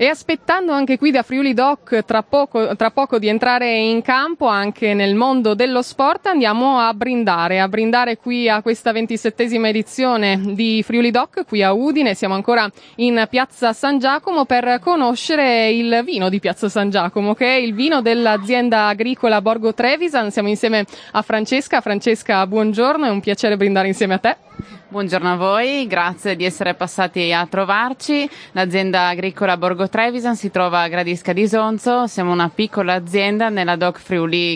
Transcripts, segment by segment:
E aspettando anche qui da Friuli Doc tra poco di entrare in campo anche nel mondo dello sport, andiamo a brindare qui a questa 27esima edizione di Friuli Doc qui a Udine. Siamo ancora in Piazza San Giacomo per conoscere il vino di Piazza San Giacomo, che è il vino dell'azienda agricola Borgo Trevisan. Siamo insieme a Francesca. Francesca, buongiorno, è un piacere brindare insieme a te. Buongiorno a voi, grazie di essere passati a trovarci. L'azienda agricola Borgo Trevisan si trova a Gradisca di Isonzo, siamo una piccola azienda nella DOC Friuli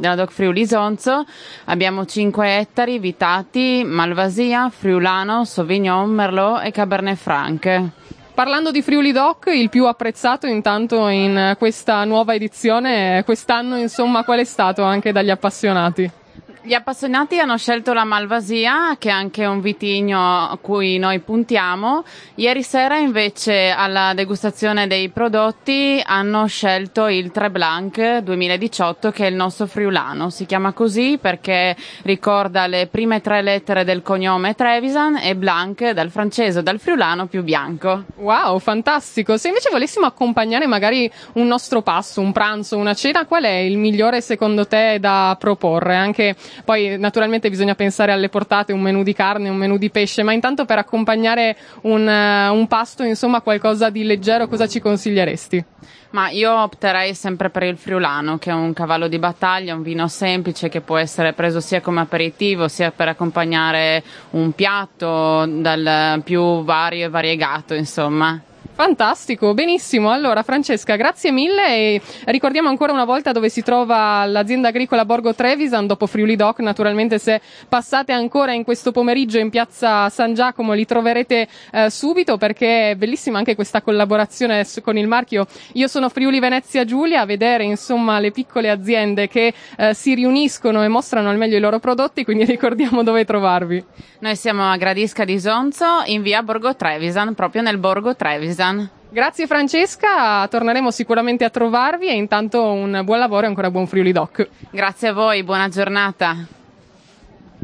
Isonzo. Abbiamo 5 ettari vitati, Malvasia, Friulano, Sauvignon, Merlot e Cabernet Franc. Parlando di Friuli Doc, il più apprezzato intanto in questa nuova edizione, quest'anno insomma, qual è stato anche dagli appassionati? Gli appassionati hanno scelto la Malvasia, che è anche un vitigno a cui noi puntiamo. Ieri sera invece alla degustazione dei prodotti hanno scelto il Tre Blanc 2018, che è il nostro friulano. Si chiama così perché ricorda le prime 3 lettere del cognome Trevisan e Blanc dal francese o dal friulano più bianco. Wow, fantastico! Se invece volessimo accompagnare magari un nostro pasto, un pranzo, una cena, qual è il migliore secondo te da proporre? Anche poi naturalmente bisogna pensare alle portate, un menù di carne, un menù di pesce, ma intanto per accompagnare un pasto, insomma qualcosa di leggero, cosa ci consiglieresti? Ma io opterei sempre per il friulano, che è un cavallo di battaglia, un vino semplice che può essere preso sia come aperitivo sia per accompagnare un piatto dal più vario e variegato, insomma. Fantastico, benissimo. Allora Francesca, grazie mille e ricordiamo ancora una volta dove si trova l'azienda agricola Borgo Trevisan dopo Friuli Doc. Naturalmente se passate ancora in questo pomeriggio in Piazza San Giacomo li troverete subito, perché è bellissima anche questa collaborazione con il marchio Io sono Friuli Venezia Giulia, a vedere insomma le piccole aziende che si riuniscono e mostrano al meglio i loro prodotti, quindi ricordiamo dove trovarvi. Noi siamo a Gradisca di Isonzo in via Borgo Trevisan, proprio nel Borgo Trevisan. Grazie Francesca, torneremo sicuramente a trovarvi e intanto un buon lavoro e ancora buon Friuli Doc. Grazie a voi, buona giornata.